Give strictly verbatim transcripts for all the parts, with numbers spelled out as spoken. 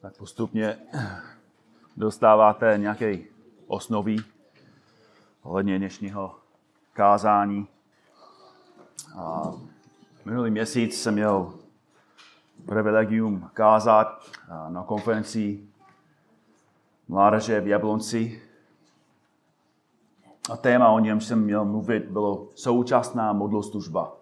tak postupně dostáváte nějaké osnovy ohledně dnešního kázání. A minulý měsíc jsem měl privilegium kázat na konferenci mládeže v Jablonci. A téma, o něm jsem měl mluvit, bylo současná modloslužba.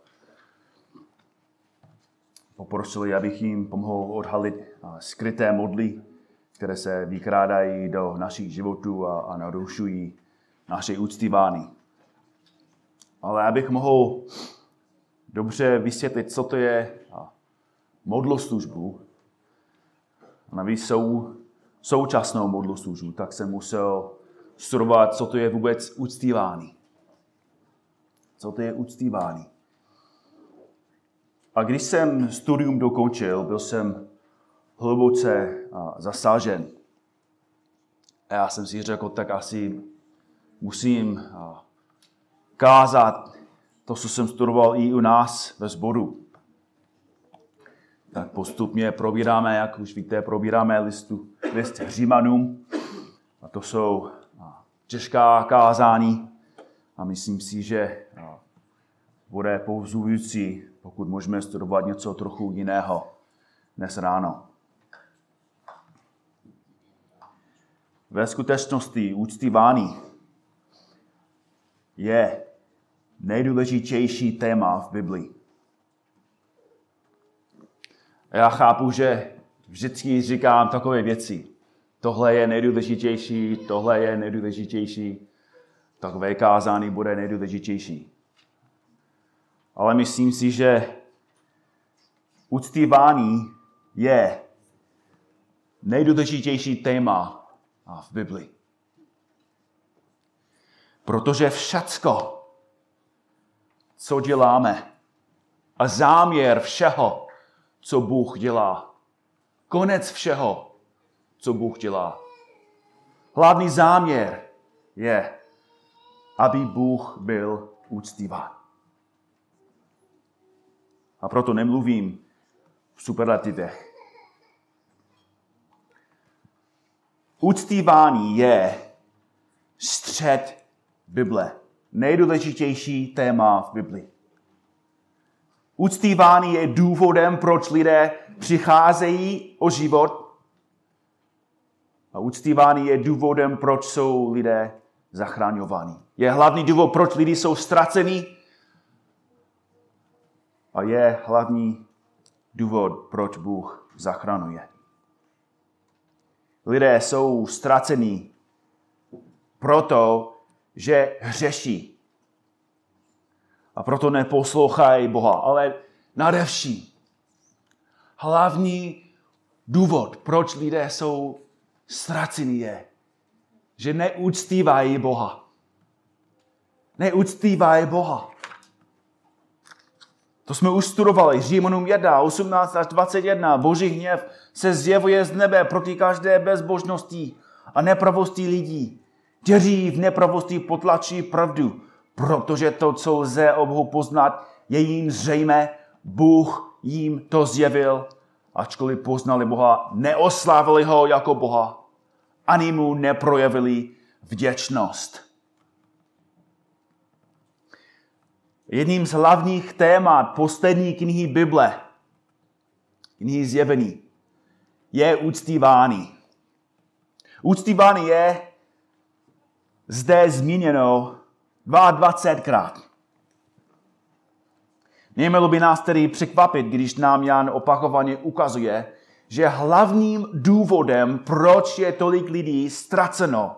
Poprosili, abych jim pomohl odhalit skryté modly, které se vykrádají do našich životů a, a narušují naše uctívání. Ale abych mohl dobře vysvětlit, co to je modloslužbu, a navíc sou, současnou modloslužbu, tak jsem musel studovat, co to je vůbec uctívání. Co to je uctívání. A když jsem studium dokončil, byl jsem hluboce zasažen. A já jsem si řekl, tak asi musím kázat to, co jsem studoval i u nás ve sboru. Tak postupně probíráme, jak už víte, probíráme listu, list Římanům. A to jsou těžká kázání. A myslím si, že bude povzbuzující, pokud můžeme studovat něco trochu jiného dnes ráno. Ve skutečnosti uctívání je nejdůležitější téma v Biblii. Já chápu, že vždycky říkám takové věci. Tohle je nejdůležitější, tohle je nejdůležitější, takové kázání bude nejdůležitější. Ale myslím si, že uctívání je nejdůležitější téma v Biblii. Protože všecko, co děláme, a záměr všeho, co Bůh dělá, konec všeho, co Bůh dělá. Hlavní záměr je, aby Bůh byl uctíván. A proto nemluvím v superlativech. Uctívání je střed Bible. Nejdůležitější téma v Biblii. Uctívání je důvodem, proč lidé přicházejí o život. A uctívání je důvodem, proč jsou lidé zachraňováni. Je hlavní důvod, proč lidi jsou ztraceni. A je hlavní důvod, proč Bůh zachraňuje. Lidé jsou ztraceni proto, že hřeší. A proto neposlouchají Boha. Ale nadevším hlavní důvod, proč lidé jsou ztraceni, je, že neuctívají Boha. Neuctívají Boha. To jsme už studovali. Římanům jedna, osmnáct až dvacet jedna. Boží hněv se zjevuje z nebe proti každé bezbožnosti a nepravosti lidí, kteří v nepravosti potlačí pravdu, protože to, co lze o Bohu poznat, je jim zřejmé. Bůh jim to zjevil, ačkoliv poznali Boha, neoslávili ho jako Boha, ani mu neprojevili vděčnost. Jedním z hlavních témat poslední knihy Bible, knihy Zjevení, je uctívání. Uctívání je zde zmíněno dvacetkrát. Nemělo by nás tedy překvapit, když nám Jan opakovaně ukazuje, že hlavním důvodem, proč je tolik lidí ztraceno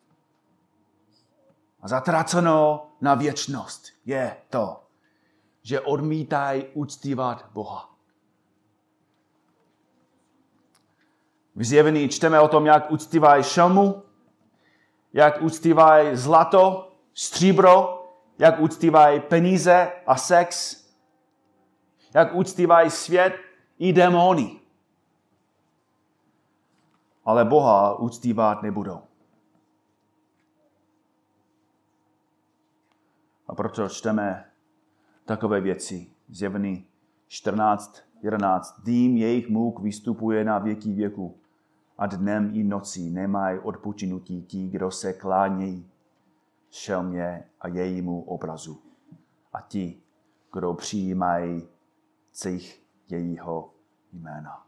a zatraceno na věčnost, je to, že odmítají uctívat Boha. V Zjevení čteme o tom, jak uctívají šelmu, jak uctívají zlato, stříbro, jak uctívají peníze a sex, jak uctívají svět i démony. Ale Boha uctívat nebudou. A proto čteme takové věci. Zjevení čtrnáct jedenáct. Dým jejich můk vystupuje na věky věku a dnem i nocí nemají odpočinutí ti, kdo se klánějí šelmě a jejímu obrazu. A ti, kdo přijímají cích jejího jména.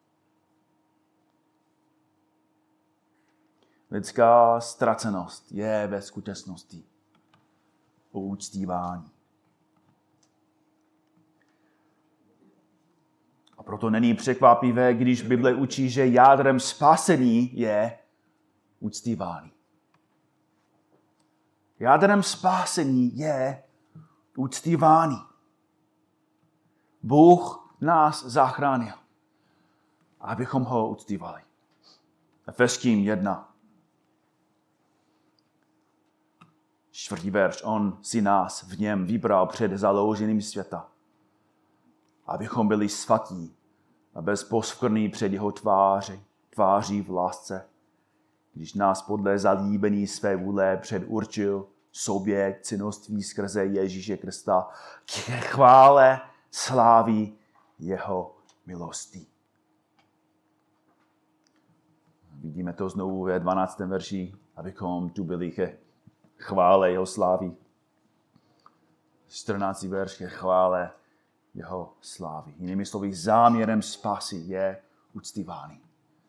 Lidská ztracenost je ve skutečnosti o uctívání. A proto není překvapivé, když Bible učí, že jádrem spásení je uctívání. Jádrem spásení je uctívání. Bůh nás zachránil, abychom ho uctívali. Efeským jedna. Čtvrtý verš. On si nás v něm vybral před založením světa, abychom byli svatí a bezposkvrnní před jeho tváři, tváří v lásce, když nás podle zalíbení své vůle předurčil sobě k cennoství skrze Ježíše Krista k chvále slávy jeho milosti. Vidíme to znovu ve dvanáctém verši, abychom tu byli ke chvále jeho slávy. čtrnáctý verš ke chvále jeho slávy. Jinými slovy, záměrem spásy je uctívání.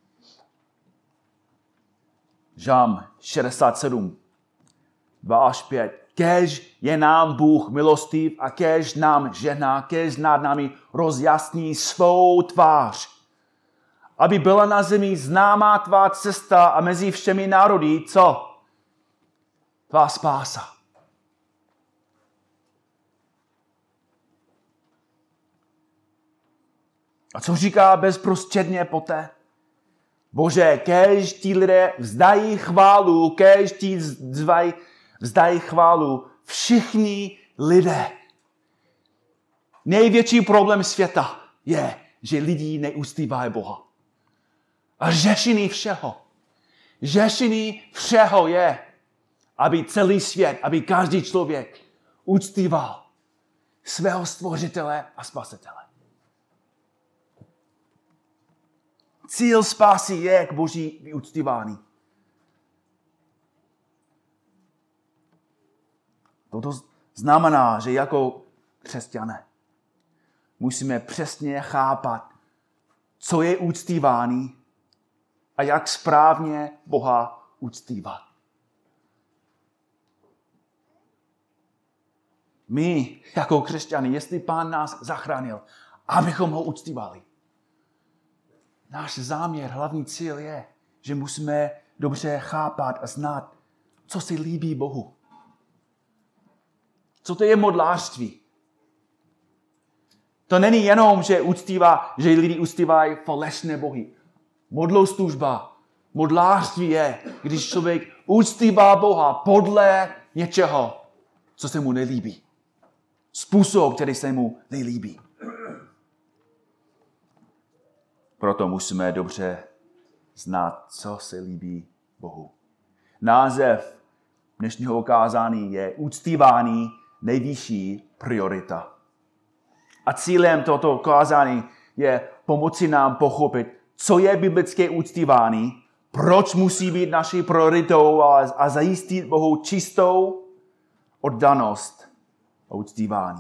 Žalm šedesát sedm, dva až pět. Kéž je nám Bůh milostiv a kéž nám žehná, kéž nad námi rozjasní svou tvář. Aby byla na zemi známá tvá cesta a mezi všemi národy, co? Tvá spása. A co říká bezprostředně poté? Bože, kéž ti lidé vzdají chválu, kéž ti vzdají, vzdají chválu všichni lidé. Největší problém světa je, že lidi neuctívají Boha. A řešení všeho, řešení všeho je, aby celý svět, aby každý člověk uctíval svého stvořitele a spasitele. Cíl spásy je k Boží vyuctívání. Toto znamená, že jako křesťané musíme přesně chápat, co je uctívání a jak správně Boha uctívat. My, jako křesťané, jestli Pán nás zachránil, abychom ho uctívali. Náš záměr, hlavní cíl je, že musíme dobře chápat a znát, co si líbí Bohu. Co to je modlářství? To není jenom, že, uctívá, že lidi uctívají falešné bohy. Modloslužba, modlářství je, když člověk uctívá Boha podle něčeho, co se mu nelíbí. Způsob, který se mu nelíbí. Proto musíme dobře znát, co se líbí Bohu. Název dnešního ukázání je uctívání nejvyšší priorita. A cílem tohoto ukázání je pomoci nám pochopit, co je biblické uctívání, proč musí být naší prioritou a, a zajistit Bohu čistou oddanost a uctívání.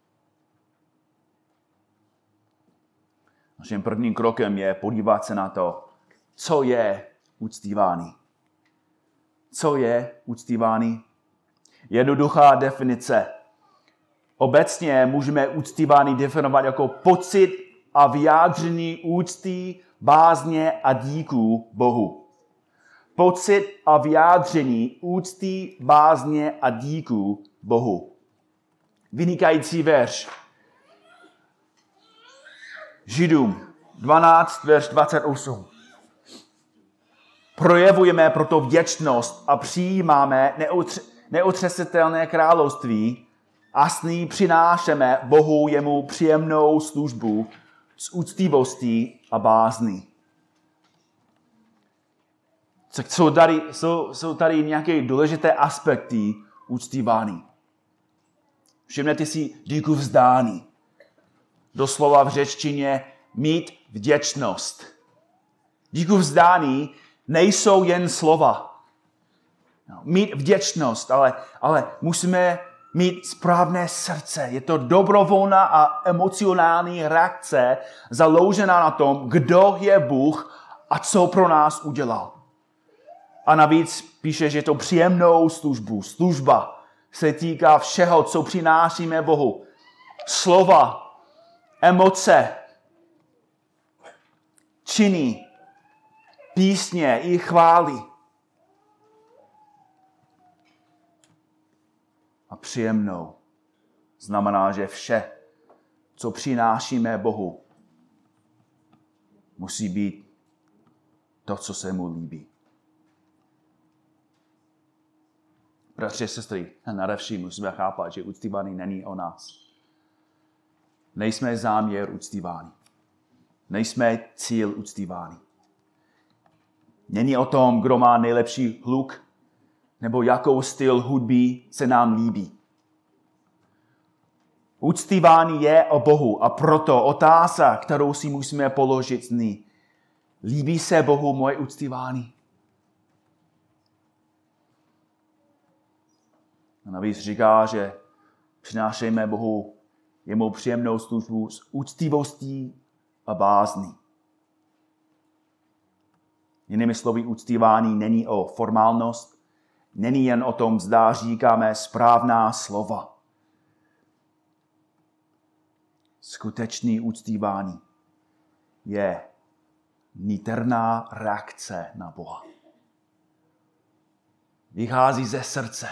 Naším prvním krokem je podívat se na to, co je uctívání. Co je uctívání? Jednoduchá definice. Obecně můžeme uctívání definovat jako pocit a vyjádření úcty, bázně a díku Bohu. Pocit a vyjádření úcty, bázně a díku Bohu. Vynikající verš. Židům dvanáct, verš dvacet osm. Projevujeme proto vděčnost a přijímáme neotřesitelné království a s ní přinášeme Bohu jemu příjemnou službu s úctivostí a bázní. Jsou tady, jsou, jsou tady nějaké důležité aspekty uctívání. Všimněte si díku vzdání. Doslova v řečtině mít vděčnost. Díku vzdání nejsou jen slova. Mít vděčnost, ale, ale musíme mít správné srdce. Je to dobrovolná a emocionální reakce založená na tom, kdo je Bůh a co pro nás udělal. A navíc píše, že je to příjemnou službu. Služba se týká všeho, co přinášíme Bohu. Slova, emoce, činy, písně i chvály. A příjemnou znamená, že vše, co přinášíme Bohu, musí být to, co se mu líbí. Bratři a sestry, nadevším musíme chápat, že uctívání není o nás. Nejsme záměr uctívání. Nejsme cíl uctívání. Není o tom, kdo má nejlepší hluk, nebo jakou styl hudby se nám líbí. Uctívání je o Bohu a proto otázka, kterou si musíme položit, zní: líbí se Bohu moje uctívání? A navíc říká, že přinášejme Bohu jemu příjemnou službu s úctivostí a bázní. Jinými slovy, uctívání není o formálnost, není jen o tom, zda říkáme správná slova. Skutečný uctívání je niterná reakce na Boha. Vychází ze srdce.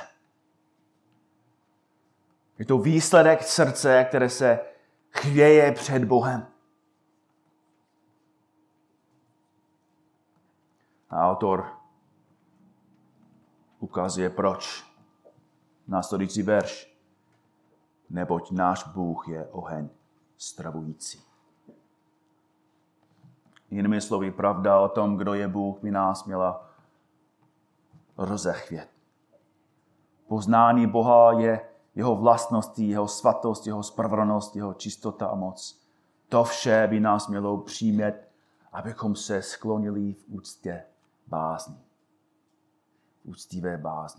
Je to výsledek srdce, které se chvěje před Bohem. A autor ukazuje proč. Následující verš. Neboť náš Bůh je oheň stravující. Jinými slovy, pravda o tom, kdo je Bůh, by nás měla rozechvět. Poznání Boha je jeho vlastnosti, jeho svatost, jeho spravedlnost, jeho čistota a moc. To vše by nás mělo přijímat, abychom se sklonili v úctě bázni. V úctivé bázni.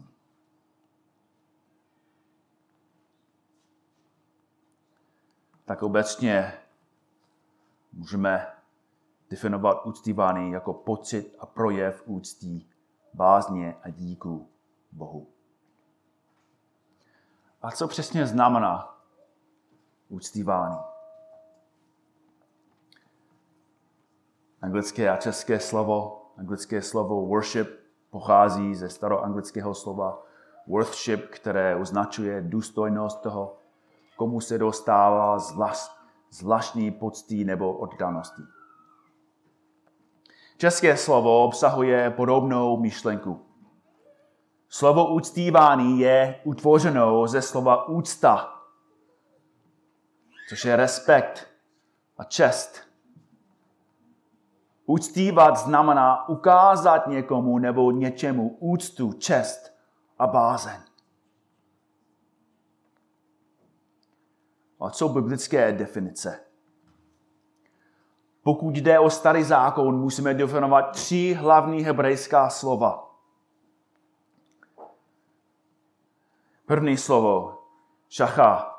Tak obecně můžeme definovat uctívání jako pocit a projev úcty, bázně a díku Bohu. A co přesně znamená uctívání? Anglické a české slovo, anglické slovo worship pochází ze staroanglického slova worship, které označuje důstojnost toho, komu se dostává zvlášť, zvláštní pocty nebo oddanosti. České slovo obsahuje podobnou myšlenku. Slovo uctívání je utvořeno ze slova úcta, což je respekt a čest. Uctívat znamená ukázat někomu nebo něčemu úctu, čest a bázeň. A co biblické definice? Pokud jde o starý zákon, musíme definovat tři hlavní hebrejská slova. První slovo, šacha.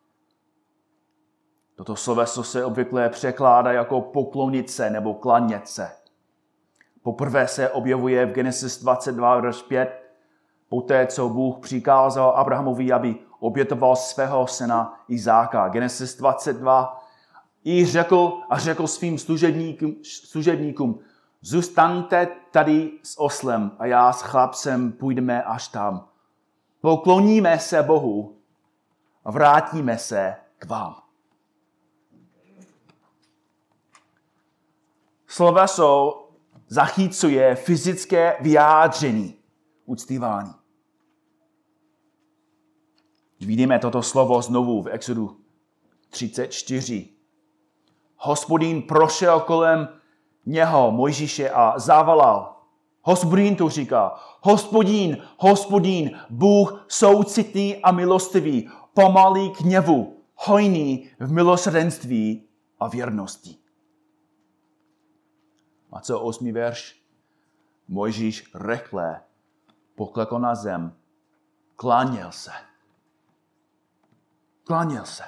Toto sloveso se obvykle překládá jako poklonit se nebo klanět se. Poprvé se objevuje v Genesis dvacet dva, verš pět, poté, co Bůh přikázal Abrahamovi, aby obětoval svého syna Izáka. Genesis dvacet dva i řekl a řekl svým služebníkům, služebníkům, zůstaňte tady s oslem a já s chlapcem půjdeme až tam. Pokloníme se Bohu a vrátíme se k vám. Sloveso zachycuje fyzické vyjádření uctívání. Vidíme toto slovo znovu v Exodu třicet čtyři. Hospodin prošel kolem něho, Mojžíše, a zavolal. Hospodin to říká. Hospodin, Hospodin, Bůh soucitný a milostivý, pomalý k hněvu, hojný v milosrdenství a věrnosti. A co osmý verš? Mojžíš rychle poklekl na zem, kláněl se. Kláněl se.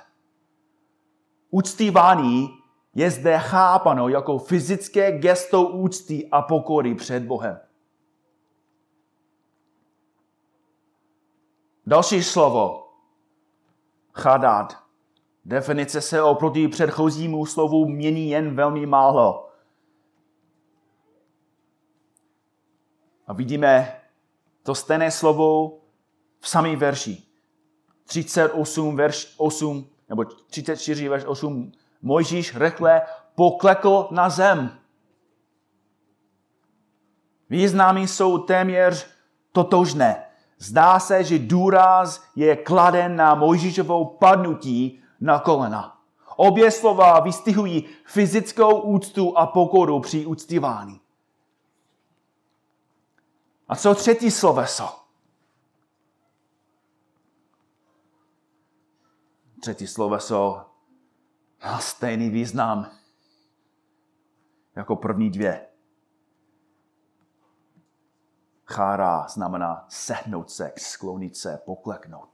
Uctívání je zde chápano jako fyzické gesto úcty a pokory před Bohem. Další slovo. Chadad. Definice se oproti předchozímu slovu mění jen velmi málo. A vidíme to stejné slovo v samém verši. třicet osm, verš osm, nebo třicet čtyři, verš osm. Mojžíš rychle poklekl na zem. Významy jsou téměř totožné. Zdá se, že důraz je kladen na Mojžíšovo padnutí na kolena. Obě slova vystihují fyzickou úctu a pokoru při uctívání. A co třetí sloveso? Třetí sloveso má stejný význam jako první dvě. Chára znamená sehnout se, sklonit se, pokleknout.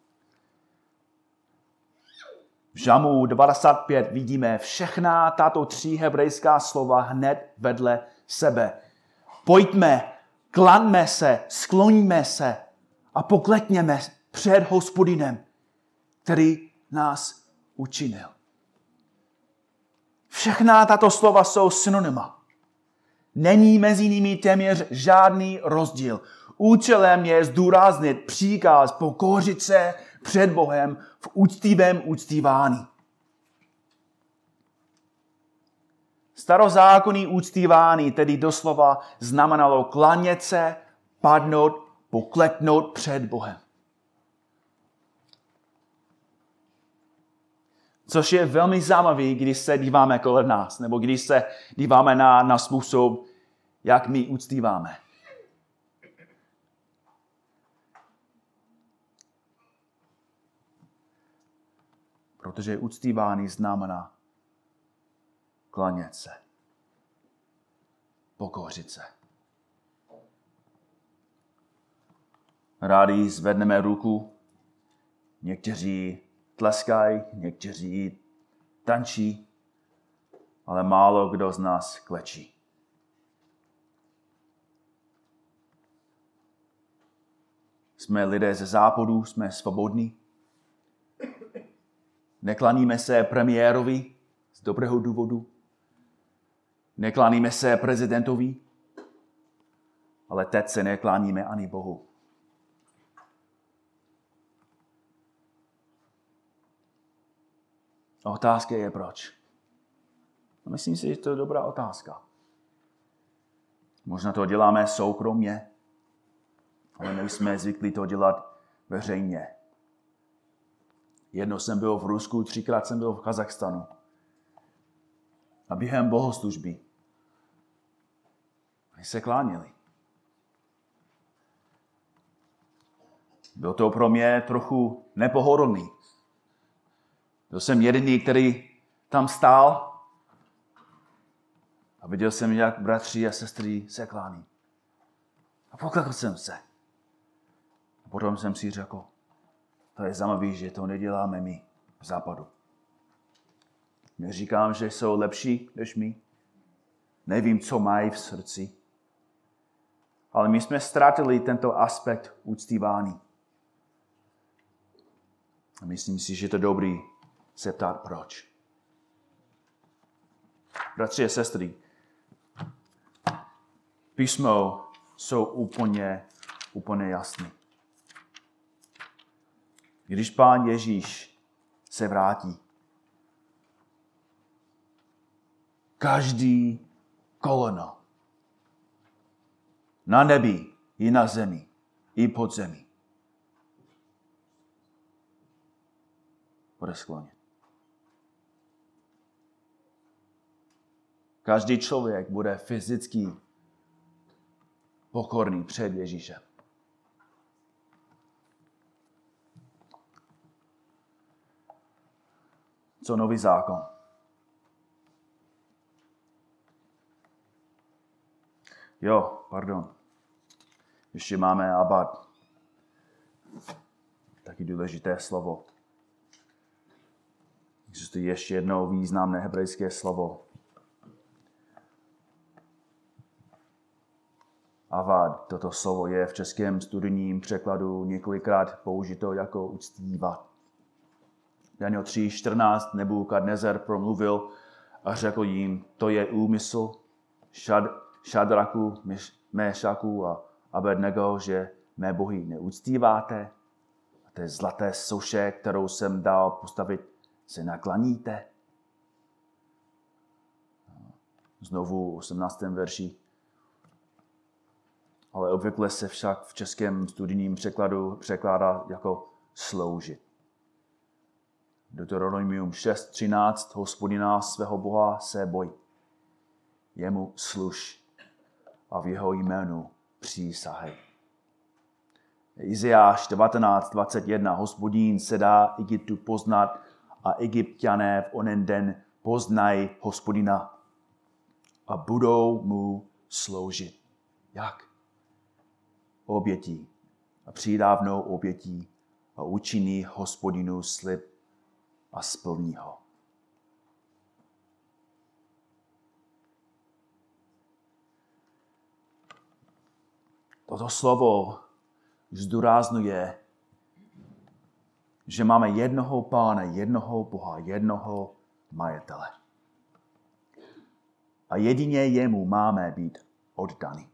V Žalmu devadesát pět vidíme všechna tato tři hebrejská slova hned vedle sebe. Pojďme, klaňme se, skloníme se a poklekněme před Hospodinem, který nás učinil. Všechna tato slova jsou synonyma. Není mezi nimi téměř žádný rozdíl. Účelem je zdůraznit příkaz pokořit se před Bohem v úctivém uctívání. Starozákonní uctívání tedy doslova znamenalo klanět se, padnout, pokleknout před Bohem. Což je velmi zajímavé, když se díváme kolem nás, nebo když se díváme na, na způsob, jak my uctíváme. Protože uctívání znamená klanět se, pokořit se. Rádi zvedneme ruku, někteří tleskají, někteří tančí, ale málo kdo z nás klečí. Jsme lidé ze západu, jsme svobodní. Neklaníme se premiérovi z dobrého důvodu. Neklaníme se prezidentovi, ale teď se neklaníme ani Bohu. Otázka je proč. Myslím si, že to je dobrá otázka. Možná to děláme soukromně, ale nejsme zvyklí to dělat veřejně. Jednou jsem byl v Rusku, třikrát jsem byl v Kazachstanu. A během bohoslužby se klánili. Byl to pro mě trochu nepohodlný. Byl jsem jediný, který tam stál a viděl jsem, jak bratři a sestry se klání. A poklekl jsem se. A potom jsem si řekl, to je zajímavé, že to neděláme my v západu. Neříkám, že jsou lepší než my. Nevím, co mají v srdci. Ale my jsme ztratili tento aspekt uctívání. A myslím si, že to je dobrý se ptát proč. Bratři a sestry, písmo jsou úplně, úplně jasný. Když Pán Ježíš se vrátí, každý koleno na nebi i na zemi i pod zemi bude skloněn. Každý člověk bude fyzicky pokorný před Ježíšem. Co nový zákon? Jo, pardon. Ještě máme abad. Taky důležité slovo. Existuje ještě jedno významné hebrejské slovo. Avad, toto slovo je v českém studijním překladu několikrát použito jako uctívat. Daniel tři čtrnáct Nebukadnezar promluvil a řekl jim, to je úmysl Šad, Šadraku, Mešaku a Abednego, že mé bohy neuctíváte. A té zlaté soše, kterou jsem dal postavit, se nakloníte. Znovu v osmnáctém verši. Ale obvykle se však v českém studijním překladu překládá jako sloužit. Deuteronomium šest třináct Hospodina svého Boha se boj. Jemu služ a v jeho jménu přísahej. Izajáš devatenáct dvacet jedna Hospodin se dá Egyptu poznat a Egypťané v onen den poznají Hospodina a budou mu sloužit. Jak? Obětí a přídavnou obětí a učiní Hospodinu slib a splní ho. Toto slovo zdůrazňuje, že máme jednoho Pána, jednoho Boha, jednoho majitele. A jedině jemu máme být oddaní.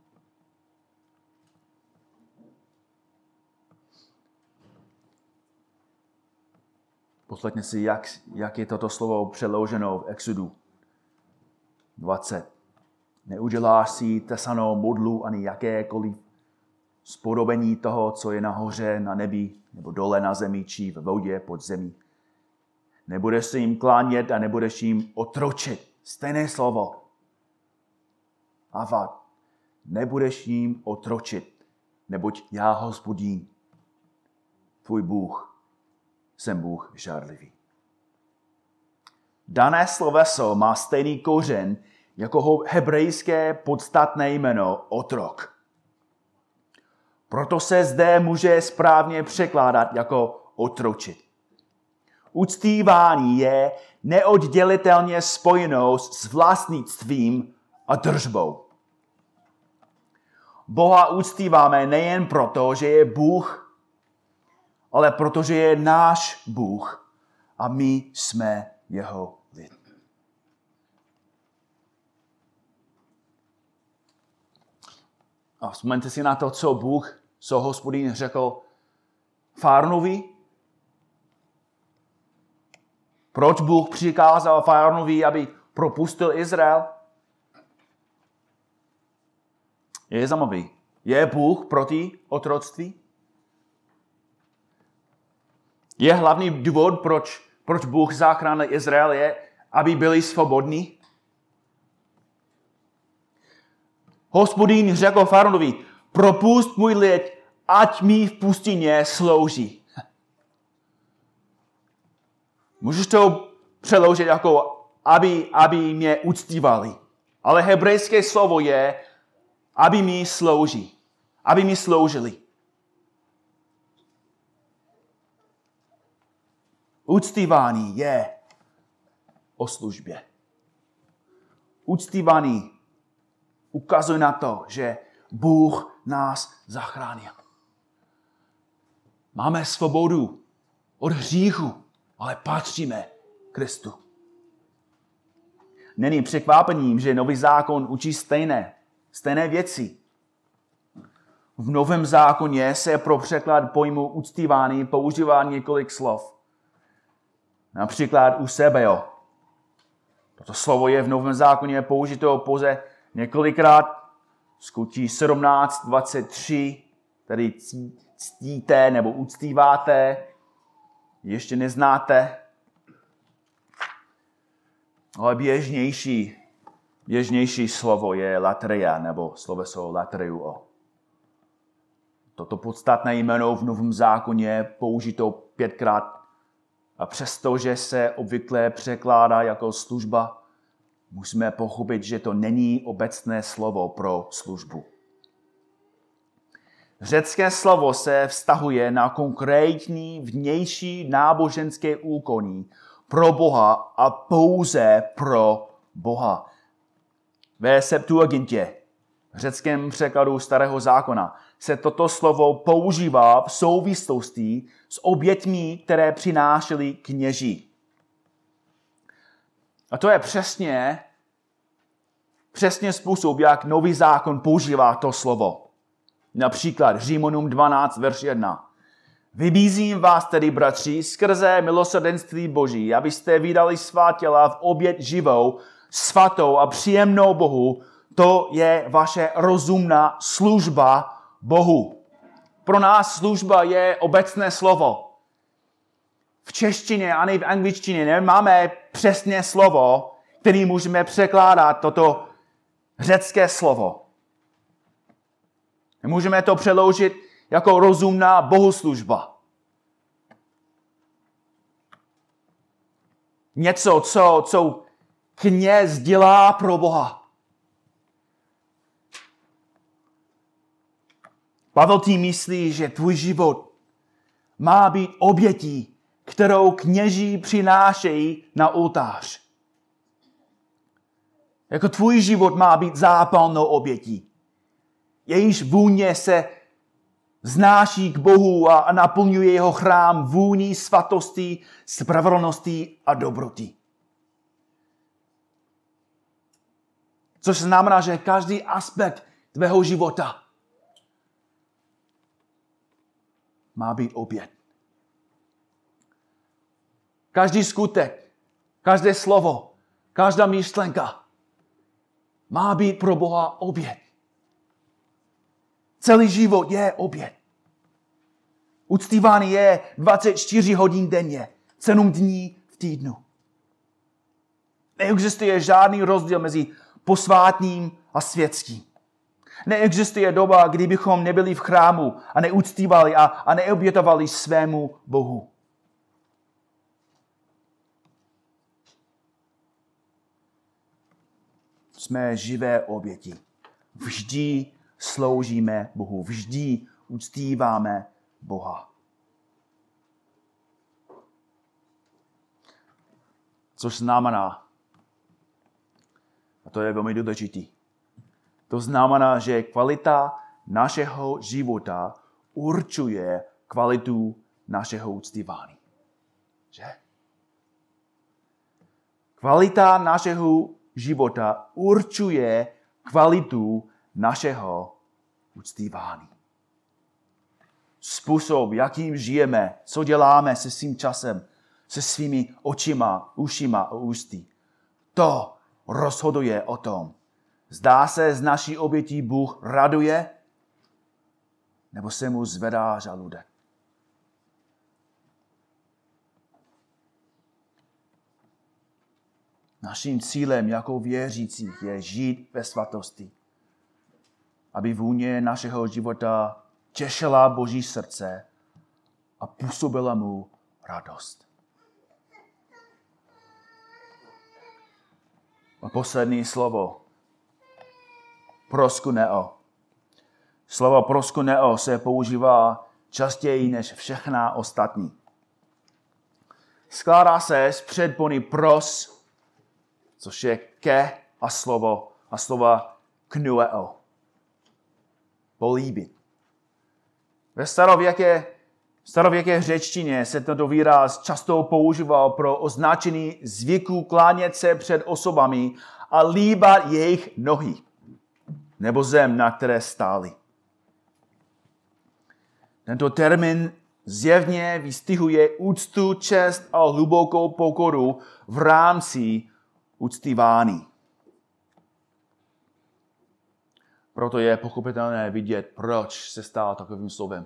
Poslechněte si, jak, jak je toto slovo přeloženo v Exodu dvacet. Neuděláš si tesanou modlu ani jakékoliv spodobení toho, co je nahoře na nebi, nebo dole na zemi, či v vodě pod zemí. Nebudeš se jim klánět a nebudeš jim otročit. Stejné slovo. Avad. Nebudeš jim otročit, neboť já, Hospodin, tvůj Bůh, jsem Bůh žárlivý. Dané sloveso má stejný kořen jako hebrejské podstatné jméno otrok. Proto se zde může správně překládat jako otročit. Uctívání je neoddělitelně spojeno s vlastnictvím a držbou. Boha uctíváme nejen proto, že je Bůh, ale protože je náš Bůh a my jsme jeho lid. A vzpomeňte si na to, co Bůh, co Hospodin řekl Fáronovi. Proč Bůh přikázal Fáronovi, aby propustil Izrael? Je zajímavý. Je Bůh proti otroctví? Je hlavní důvod, proč, proč Bůh zachránil Izrael, je, aby byli svobodní? Hospodin řekl Fáronovi, propust můj lid, ať mi v pustině slouží. Můžeš to přeložit jako, aby, aby mě uctívali. Ale hebrejské slovo je, aby mi slouží. Aby mi sloužili. Uctívání je o službě. Uctívání ukazuje na to, že Bůh nás zachránil. Máme svobodu od hříchu, ale patříme Kristu. Není překvapením, že Nový zákon učí stejné, stejné věci. V Novém zákoně se pro překlad pojmu uctívání používá několik slov. Například u sebe, jo. Toto slovo je v Novém zákoně použito pouze několikrát. Skutí sedmnáct dvacet tři, tady ctíte nebo uctíváte, ještě neznáte. Ale běžnější, běžnější slovo je latreia, nebo sloveso latreuo. Toto podstatné jméno v Novém zákoně je použito pětkrát a přestože se obvykle překládá jako služba, musíme pochopit, že to není obecné slovo pro službu. Řecké slovo se vztahuje na konkrétní vnější náboženské úkony pro Boha a pouze pro Boha. Ve Septuagintě, v řeckém překladu Starého zákona, se toto slovo používá v souvislosti s oběťmi, které přinášeli kněží. A to je přesně, přesně způsob, jak Nový zákon používá to slovo. Například Římanům dvanáct, verš jedna. Vybízím vás tedy, bratři, skrze milosrdenství Boží, abyste vydali svá těla v oběť živou, svatou a příjemnou Bohu. To je vaše rozumná služba Bohu. Pro nás služba je obecné slovo. V češtině ani v angličtině nemáme přesně slovo, který můžeme překládat toto řecké slovo. Můžeme to přeložit jako rozumná bohoslužba. Něco, co, co kněz dělá pro Boha. Pavel tím myslí, že tvůj život má být obětí, kterou kněží přinášejí na oltář. Jako tvůj život má být zápalnou obětí. Jejíž vůně se znáší k Bohu a naplňuje jeho chrám vůní svatosti, spravedlnosti a dobroty. Což znamená, že každý aspekt tvého života má být oběť. Každý skutek, každé slovo, každá myšlenka má být pro Boha oběť. Celý život je oběť. Uctívání je dvacet čtyři hodin denně, sedm dní v týdnu. Neexistuje žádný rozdíl mezi posvátným a světským. Neexistuje doba, kdy bychom nebyli v chrámu a neuctívali a, a neobětovali svému Bohu. Jsme živé oběti. Vždy sloužíme Bohu. Vždy uctíváme Boha. Což znamená, a to je velmi důležitý, to znamená, že kvalita našeho života určuje kvalitu našeho uctívání. Že? Kvalita našeho života určuje kvalitu našeho uctívání. Způsob, jakým žijeme, co děláme se svým časem, se svými očima, ušima a ústy. To rozhoduje o tom, zdá se z naší obětí Bůh raduje, nebo se mu zvedá žaludek. Naším cílem jako věřících je žít ve svatosti, aby vůně našeho života těšila Boží srdce a působila mu radost. A poslední slovo. Proskuneo. Slovo proskuneo se používá častěji než všechna ostatní. Skládá se z předpony pros, což je ke a slovo a slova knueo. Políbit. Ve starověké, starověké řečtině se tento výraz často používal pro označení zvyku klánět se před osobami a líbat jejich nohy nebo zem, na které stáli. Tento termín zjevně vystihuje úctu, čest a hlubokou pokoru v rámci uctívání. Proto je pochopitelné vidět, proč se stal takovým slovem.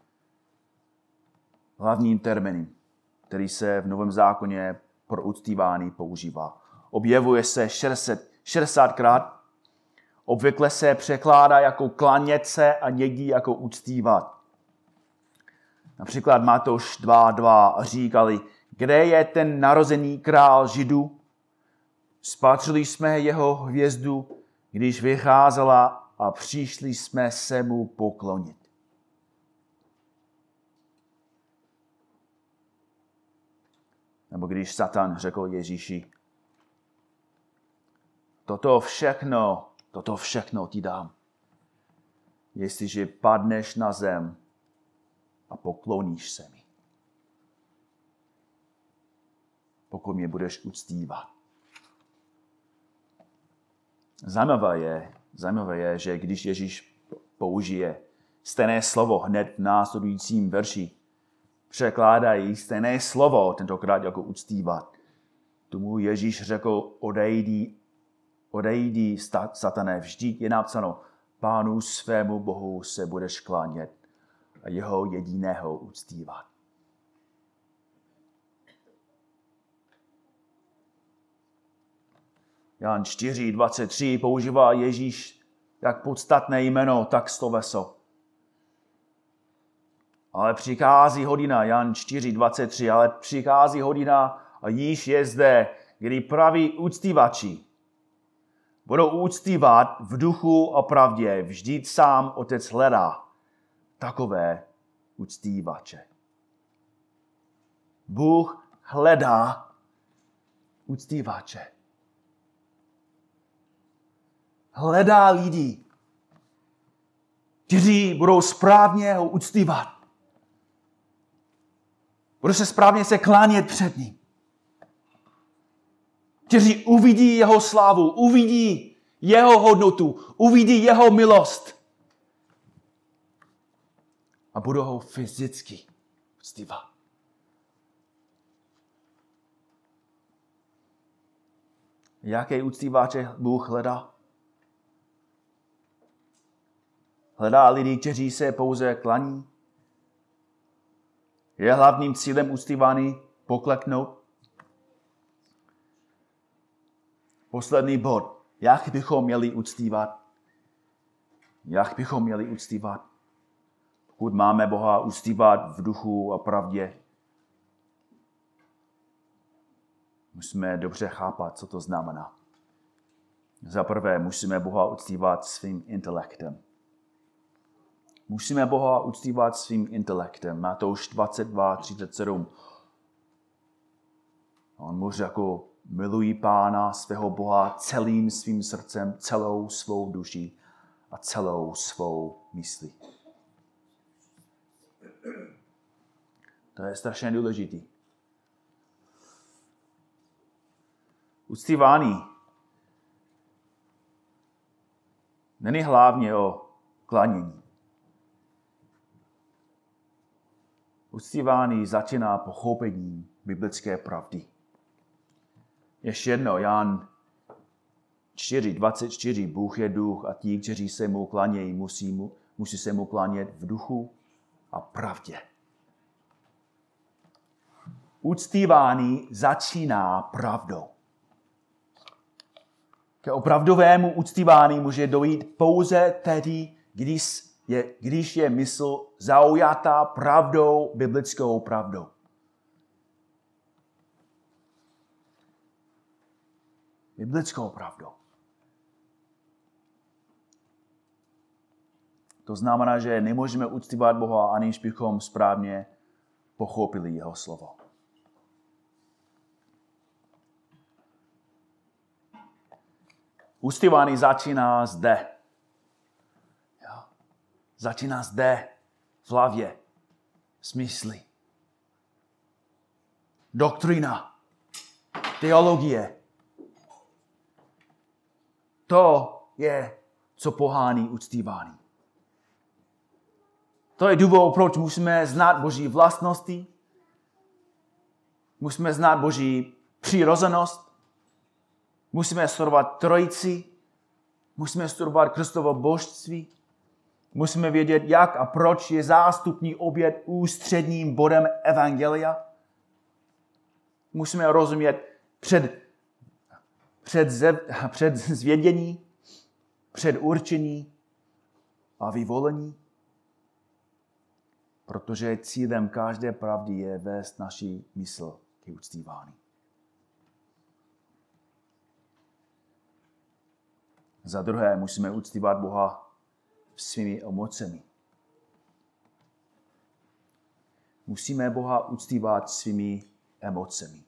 Hlavním termínem, který se v Novém zákoně pro uctívání používá. Objevuje se šedesátkrát, obvykle se překládá jako klanět se a někdy jako uctívat. Například Matouš dva dva říkali, kde je ten narozený král Židů? Spatřili jsme jeho hvězdu, když vycházela a přišli jsme se mu poklonit. Nebo když Satan řekl Ježíši, toto všechno, toto všechno ti dám, jestliže padneš na zem a pokloníš se mi. Pokud mě budeš uctívat. Zajímavé je, zajímavé je, že když Ježíš použije stejné slovo hned v následujícím verši, překládají stejné slovo, tentokrát jako uctívat. Tomu Ježíš řekl, odejdi, odejdi, Satané, vždyť je napsáno, Pánu svému Bohu se budeš klánět a jeho jediného uctívat. Jan čtyři dvacet tři používá Ježíš jak podstatné jméno, tak sloveso. Ale přichází hodina, Jan čtyři dvacet tři, ale přichází hodina a již je zde, kdy praví uctívači budou uctívat v duchu a pravdě. Vždyť sám Otec hledá takové uctívače. Bůh hledá uctívače. Hledá lidi, kteří budou správně ho uctívat. Budou se správně se klánět před ním. Kteří uvidí jeho slávu, uvidí jeho hodnotu, uvidí jeho milost. A budou ho fyzicky uctívat. Jaké uctívače Bůh hledá? Hledá lidi, kteří se pouze klaní. Je hlavním cílem uctívání pokleknout. Poslední bod. Jak bychom měli uctívat? Jak bychom měli uctívat? Pokud máme Boha uctívat v duchu a pravdě, musíme dobře chápat, co to znamená. Za prvé musíme Boha uctívat svým intelektem. Musíme Boha uctívat svým intelektem. Matouš dvacet dva třicet sedm. On mu řekl, miluji Pána svého Boha celým svým srdcem, celou svou duší a celou svou myslí. To je strašně důležitý. Uctívání není hlavně o klanění. Uctívání začíná pochopením biblické pravdy. Ještě jedno, Jan čtyři dvacet čtyři, Bůh je duch a ti, kteří se mu klanějí, musí, mu, musí se mu klanět v duchu a pravdě. Uctívání začíná pravdou. K opravdovému uctívání může dojít pouze tedy, když je, když je mysl zaujatá pravdou, biblickou pravdou. Biblickou pravdou. To znamená, že nemůžeme uctívat Boha, aniž bychom správně pochopili jeho slovo. Uctívání začíná zde. Jo. Začíná zde, v hlavě, smysly. Doktrína, teologie. To je, co pohání uctívání. To je důvod, proč musíme znát Boží vlastnosti, musíme znát Boží přirozenost, musíme studovat trojici, musíme studovat Kristovo božství, musíme vědět, jak a proč je zástupní oběd ústředním bodem evangelia. Musíme rozumět před, před, před zvědění, před určení a vyvolení. Protože cílem každé pravdy je vést naši mysl k uctívání. Za druhé, musíme uctívat Boha svými emocemi. Musíme Boha uctívat svými emocemi.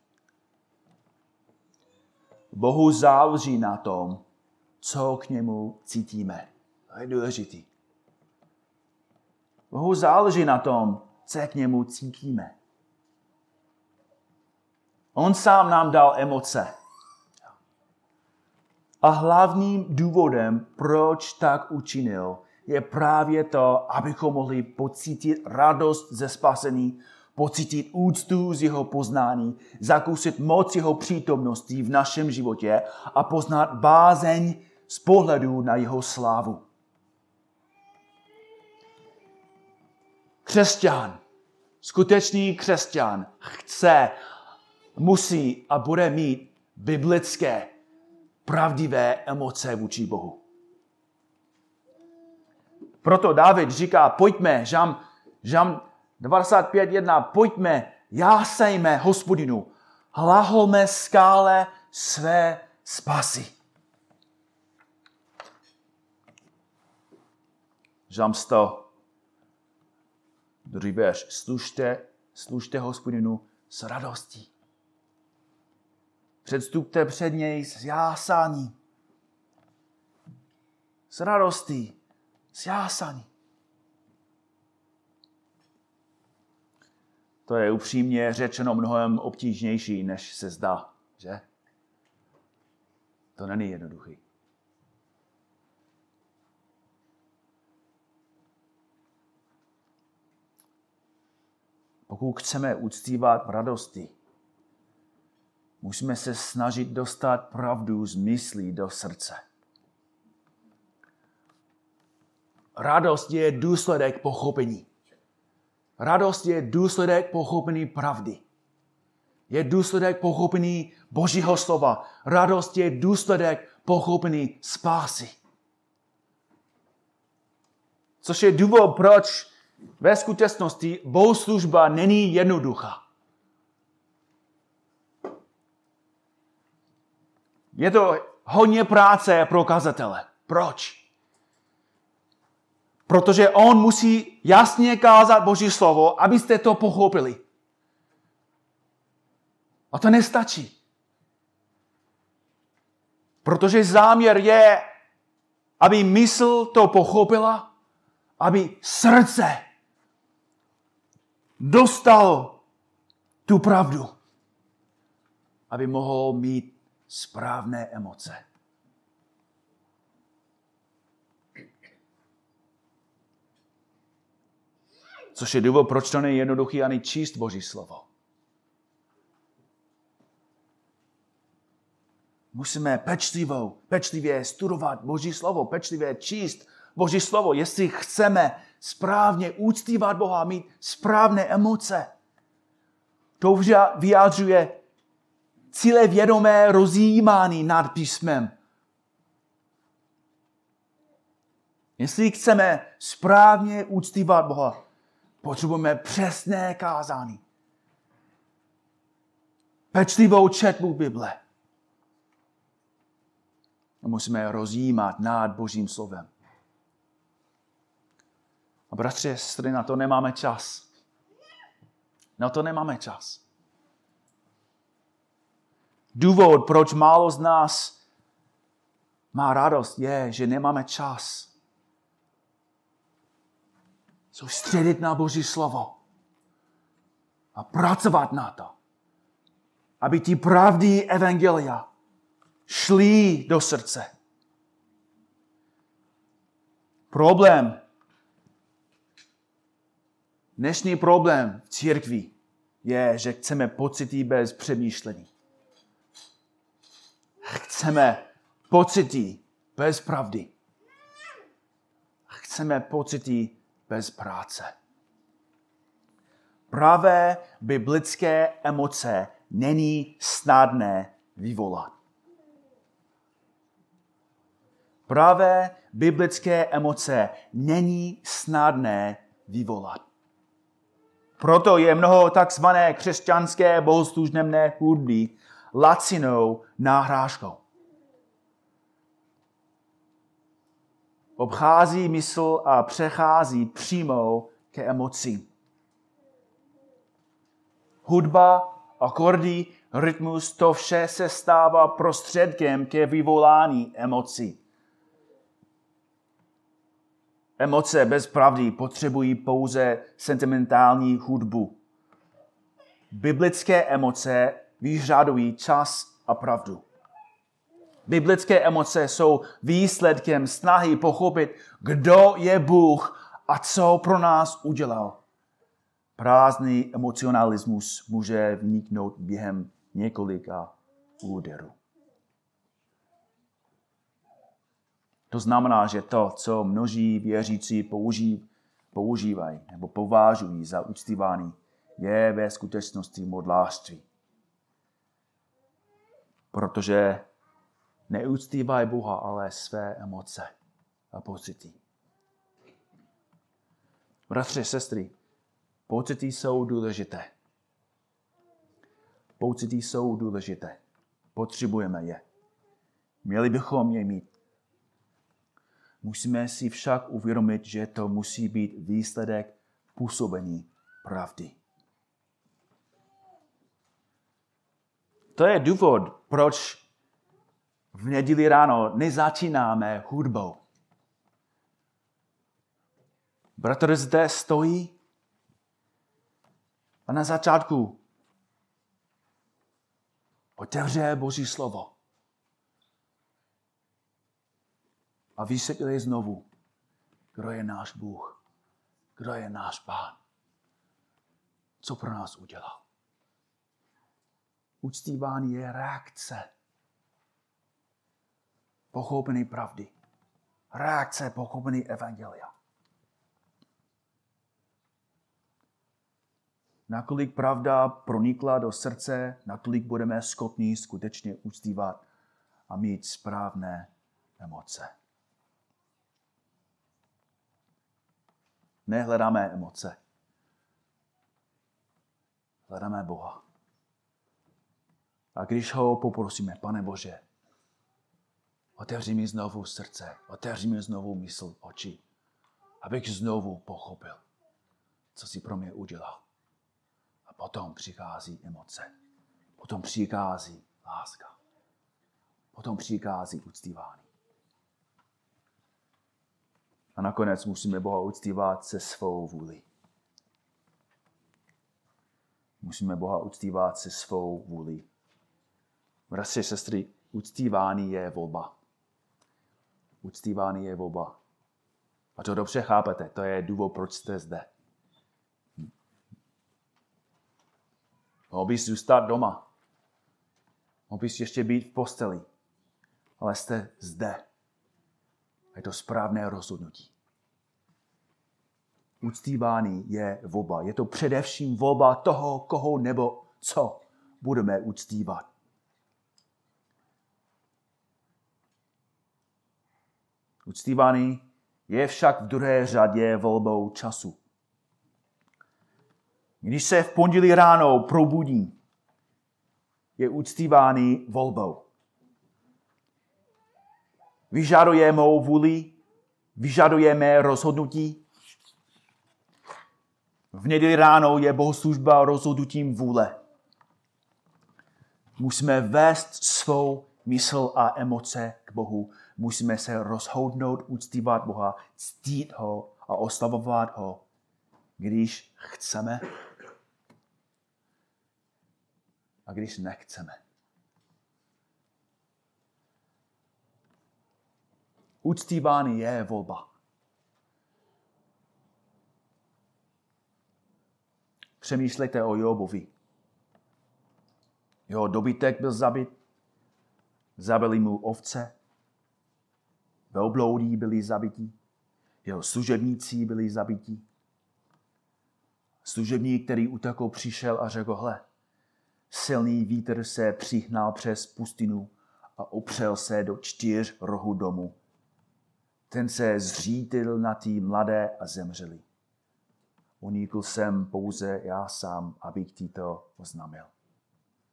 Bohu záleží na tom, co k němu cítíme. To je důležitý. Bohu záleží na tom, co k němu cítíme. On sám nám dal emoce. A hlavním důvodem, proč tak učinil, je právě to, abychom mohli pocítit radost ze spasení, pocítit úctu z jeho poznání, zakusit moc jeho přítomnosti v našem životě a poznat bázeň z pohledu na jeho slávu. Křesťan, skutečný křesťan chce, musí a bude mít biblické, pravdivé emoce vůči Bohu. Proto David říká, pojďme, Žalm, Žalm devadesát pět jedna, pojďme, jásejme Hospodinu, hlaholme skále své spasy. Žalm sto, druhý verš, služte, služte Hospodinu s radostí. Předstupte před něj s jásání. S radostí. S jásání. To je upřímně řečeno mnohem obtížnější, než se zdá, že? To není jednoduchý. Pokud chceme uctívat radosti, musíme se snažit dostat pravdu z myslí do srdce. Radost je důsledek pochopení. Radost je důsledek pochopení pravdy. Je důsledek pochopení Božího slova. Radost je důsledek pochopení spásy. Což je důvod, proč ve skutečnosti bohoslužba není jednoduchá. Je to hodně práce pro kazatele. Proč? Protože on musí jasně kázat Boží slovo, abyste to pochopili. A to nestačí. Protože záměr je, aby mysl to pochopila, aby srdce dostalo tu pravdu, aby mohl mít správné emoce. Což je důvod, proč to není jednoduchý ani číst Boží slovo. Musíme pečlivou, pečlivě studovat Boží slovo, pečlivě číst Boží slovo, jestli chceme správně uctívat Boha, mít správné emoce. To vyjádřuje cílevědomé rozjímání nad písmem. Jestli chceme správně uctívat Boha, potřebujeme přesné kázání. Pečlivou četbu Bible. A musíme rozjímat nad Božím slovem. A bratři a sestry, na to nemáme čas. Na to nemáme čas. Důvod, proč málo z nás má radost, je, že nemáme čas soustředit na Boží slovo a pracovat na to, aby ti pravdy evangelia šly do srdce. Problém, dnešní problém v církvi je, že chceme pocity bez přemýšlení. Chceme pocity bez pravdy. Chceme pocity bez práce. Pravé biblické emoce není snadné vyvolat. Pravé biblické emoce není snadné vyvolat. Proto je mnoho takzvané křesťanské bohoslužebné hudby lacinou náhrážkou. obchází mysl a přechází přímo ke emocím. Hudba, akordy, rytmus, to vše se stává prostředkem ke vyvolání emocí. Emoce bez pravdy potřebují pouze sentimentální hudbu. Biblické emoce vyžadují čas a pravdu. Biblické emoce jsou výsledkem snahy pochopit, kdo je Bůh a co pro nás udělal. Prázdný emocionalismus může vniknout během několika úderů. To znamená, že to, co množí věřící použí, používají nebo považují za uctívání, je ve skutečnosti modlářství. Protože neuctívají Boha, ale své emoce a pocity. Bratři, sestry, pocity jsou důležité. Pocity jsou důležité. Potřebujeme je. Měli bychom je mít. Musíme si však uvědomit, že to musí být výsledek působení pravdy. To je důvod, proč v neděli ráno nezačínáme hudbou. Bratr zde stojí a na začátku otevře Boží slovo. A vysvětlí znovu, kdo je náš Bůh, kdo je náš Pán, co pro nás udělal. Uctívání je reakce pochopení pravdy. Reakce pochopení evangelia. Nakolik pravda pronikla do srdce, natolik budeme schopni skutečně uctívat a mít správné emoce. Nehledáme emoce. Hledáme Boha. A když ho poprosíme, Pane Bože, otevři mi znovu srdce, otevři mi znovu mysl, oči, abych znovu pochopil, co jsi pro mě udělal. A potom přichází emoce. Potom přichází láska. Potom přichází uctívání. A nakonec musíme Boha uctívat se svou vůli. Musíme Boha uctívat se svou vůli. Bratři, sestry, uctívání je volba. Uctívání je volba. A to dobře chápete, to je důvod, proč jste zde. Mohl bys zůstat doma. Mohl bys ještě být v posteli. Ale jste zde. Je to správné rozhodnutí. Uctívání je volba. Je to především volba toho, koho nebo co budeme uctívat. Uctívání je však v druhé řadě volbou času. Když se v pondělí ráno probudím, je uctívání volbou. Vyžaduje mou vůli, vyžaduje mé rozhodnutí. V neděli ráno je bohoslužba rozhodnutím vůle. Musíme vést svou mysl a emoce k Bohu. Musíme se rozhodnout uctívat Boha, ctít ho a oslavovat ho, když chceme a když nechceme. Uctívání je volba. Přemýšlejte o Jobovi. Jeho dobytek byl zabit, zabili mu ovce, velbloudí byli zabiti, jeho služebníci byli zabiti. Služebník, který utekl, přišel a řekl, hle, silný vítr se přihnal přes pustinu a opřel se do čtyř rohů domu. Ten se zřítil na ty mladé a zemřeli. Unikl jsem pouze já sám, abych ti to oznámil.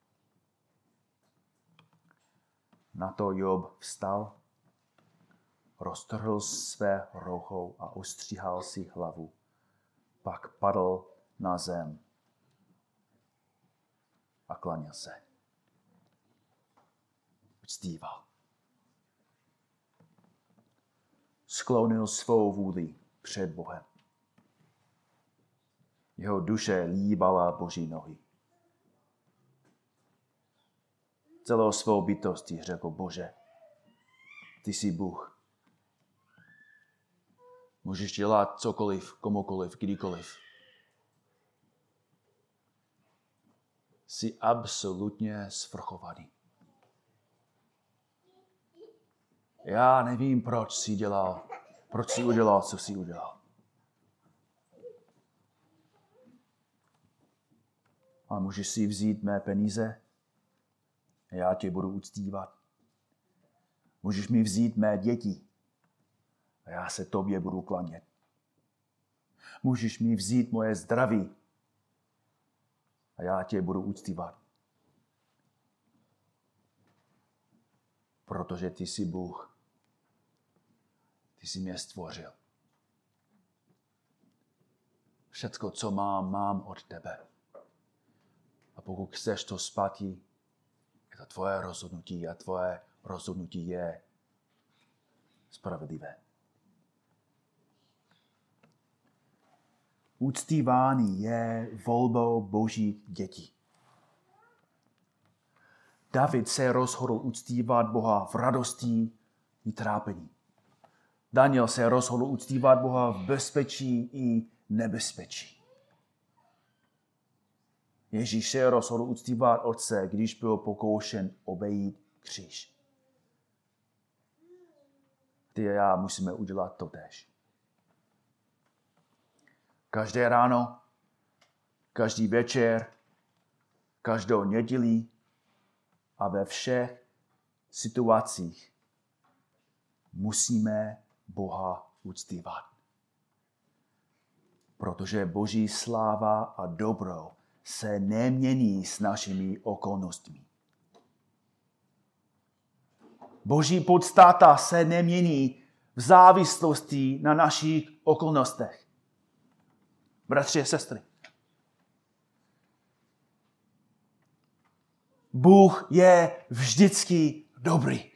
Na to Job vstal roztrhl své roucho a ustříhal si hlavu. Pak padl na zem a klanil se. Uctíval. Sklonil svou vůli před Bohem. Jeho duše líbala Boží nohy. Celou svou bytostí řekl: Bože, ty jsi Bůh. Můžeš dělat cokoliv, komukoliv, kdykoliv. Jsi absolutně svrchovaný. Já nevím, proč jsi dělal, proč jsi udělal, co jsi udělal. A můžeš si vzít mé peníze a já tě budu uctívat. Můžeš mi vzít mé děti a já se tobě budu klanět. Můžeš mi vzít moje zdraví a já tě budu uctívat. Protože ty jsi Bůh. Ty jsi mě stvořil. Všecko, co mám, mám od tebe. A pokud chceš to zpátky, je to tvoje rozhodnutí a tvoje rozhodnutí je spravedlivé. Uctívání je volbou Božích dětí. David se rozhodl uctívat Boha v radosti i trápení. Daniel se rozhodl uctívat Boha v bezpečí i nebezpečí. Ježíš se rozhodl uctívat Otce, když byl pokoušen obejít kříž. Ty a já musíme udělat to též. Každé ráno, každý večer, každou neděli a ve všech situacích musíme Boha uctívat. Protože Boží sláva a dobro se nemění s našimi okolnostmi. Boží podstata se nemění v závislosti na našich okolnostech. Bratři a sestry. Bůh je vždycky dobrý.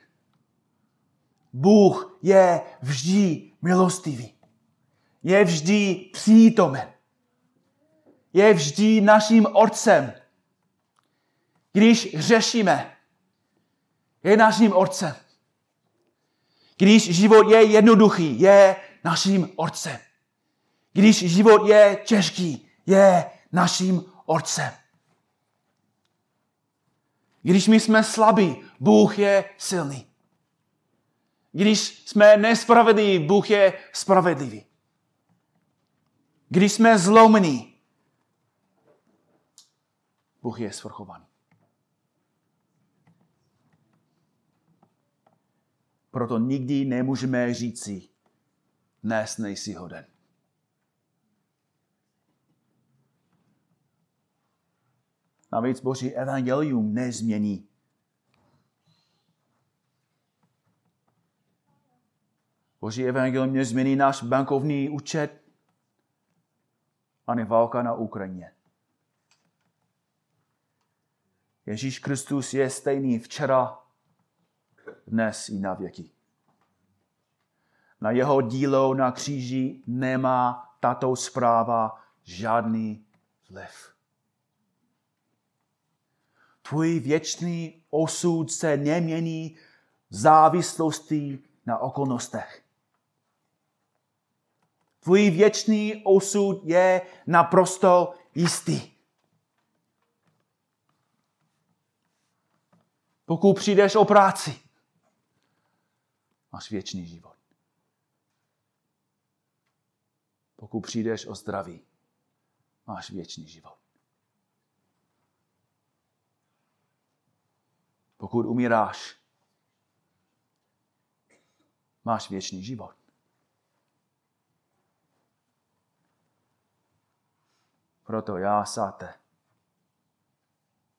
Bůh je vždy milostivý. Je vždy přítomen. Je vždy naším Otcem. Když hřešíme, je naším Otcem. Když život je jednoduchý, je naším Otcem. Když život je těžký, je naším Otcem. Když my jsme slabí, Bůh je silný. Když jsme nespravedliví, Bůh je spravedlivý. Když jsme zlomení, Bůh je svrchovaný. Proto nikdy nemůžeme říci, dnes nejsi hoden. Navíc Boží evangelium nezmění. Boží evangelium nezmění náš bankovní účet ani válka na Ukrajině. Ježíš Kristus je stejný včera, dnes i na věky. Na jeho dílo na kříži nemá tato zpráva žádný vliv. Tvůj věčný osud se nemění v závislosti na okolnostech. Tvůj věčný osud je naprosto jistý. Pokud přijdeš o práci, máš věčný život. Pokud přijdeš o zdraví, máš věčný život. Pokud umíráš, máš věčný život. Proto já sáte.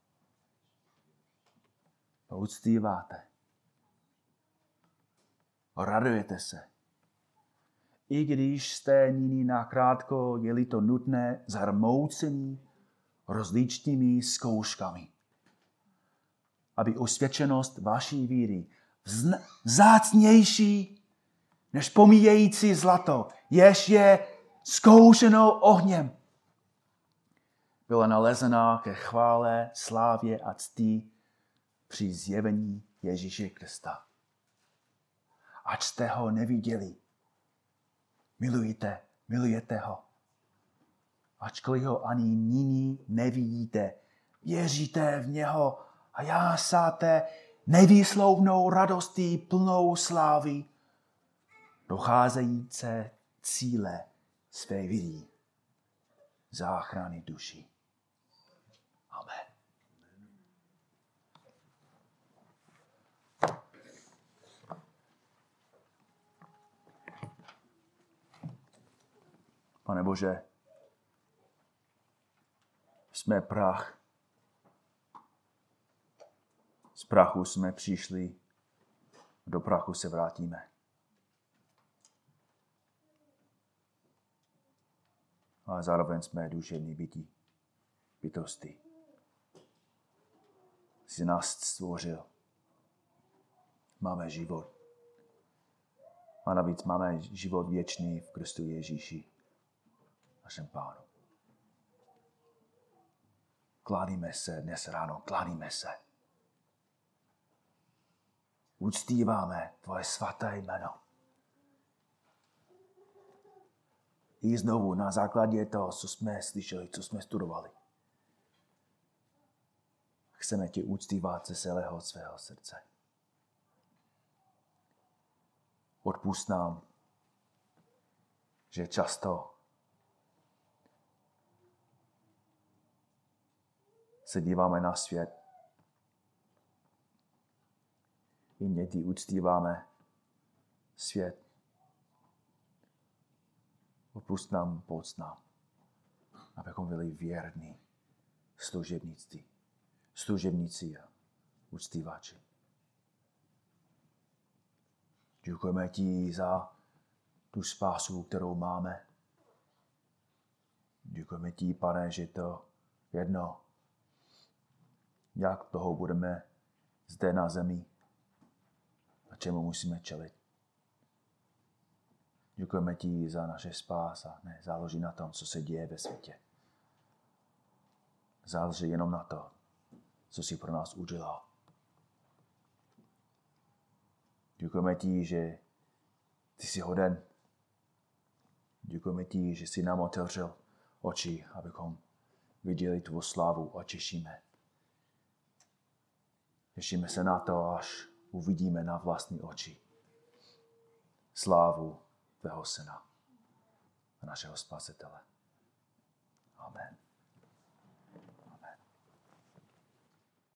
Uctíváte. radujete se. I když jste nyní nakrátko, je-li to nutné, zarmoucení rozličnými zkouškami, aby osvědčenost vaší víry, vzn- vzácnější než pomíjející zlato, jež je zkoušenou ohněm, byla nalezená ke chvále, slávě a cti při zjevení Ježíše Krista. Ač jste ho neviděli, milujte, milujete ho. Ačkoliv ho ani nyní nevidíte, věříte v něho a jásáte nevýslovnou radostí plnou slávy, docházejíce cíle své víry, záchrany duší. Amen. Pane Bože, jsme prach. Z prachu jsme přišli, do prachu se vrátíme. A zároveň jsme duševní bytí, bytosti. Jsi nás stvořil. Máme život. A navíc máme život věčný v Kristu Ježíši, našem Pánu. Kláníme se dnes ráno, kláníme se. Uctíváme tvoje svaté jméno. I znovu na základě toho, co jsme slyšeli, co jsme studovali. Chceme tě uctívat ze celého svého srdce. Odpusť nám, že často se díváme na svět. I někdy uctíváme svět. Odpusť nám, pomoc nám, abychom byli věrní služebníci, služebníci a uctívači. Děkujeme ti za tu spásu, kterou máme. Děkujeme ti, Pane, že to jedno, jak toho budeme zde na zemi a čemu musíme čelit. Děkujeme ti za naše spás a ne záleží na tom, co se děje ve světě. Záleží jenom na to, co jsi pro nás udělal. Děkujeme ti, že ty jsi hoden. Děkujeme ti, že jsi nám otevřel oči, abychom viděli tvou slávu a těšíme. Těšíme se na to, až uvidíme na vlastní oči slávu tvého syna a našeho spasitele. Amen.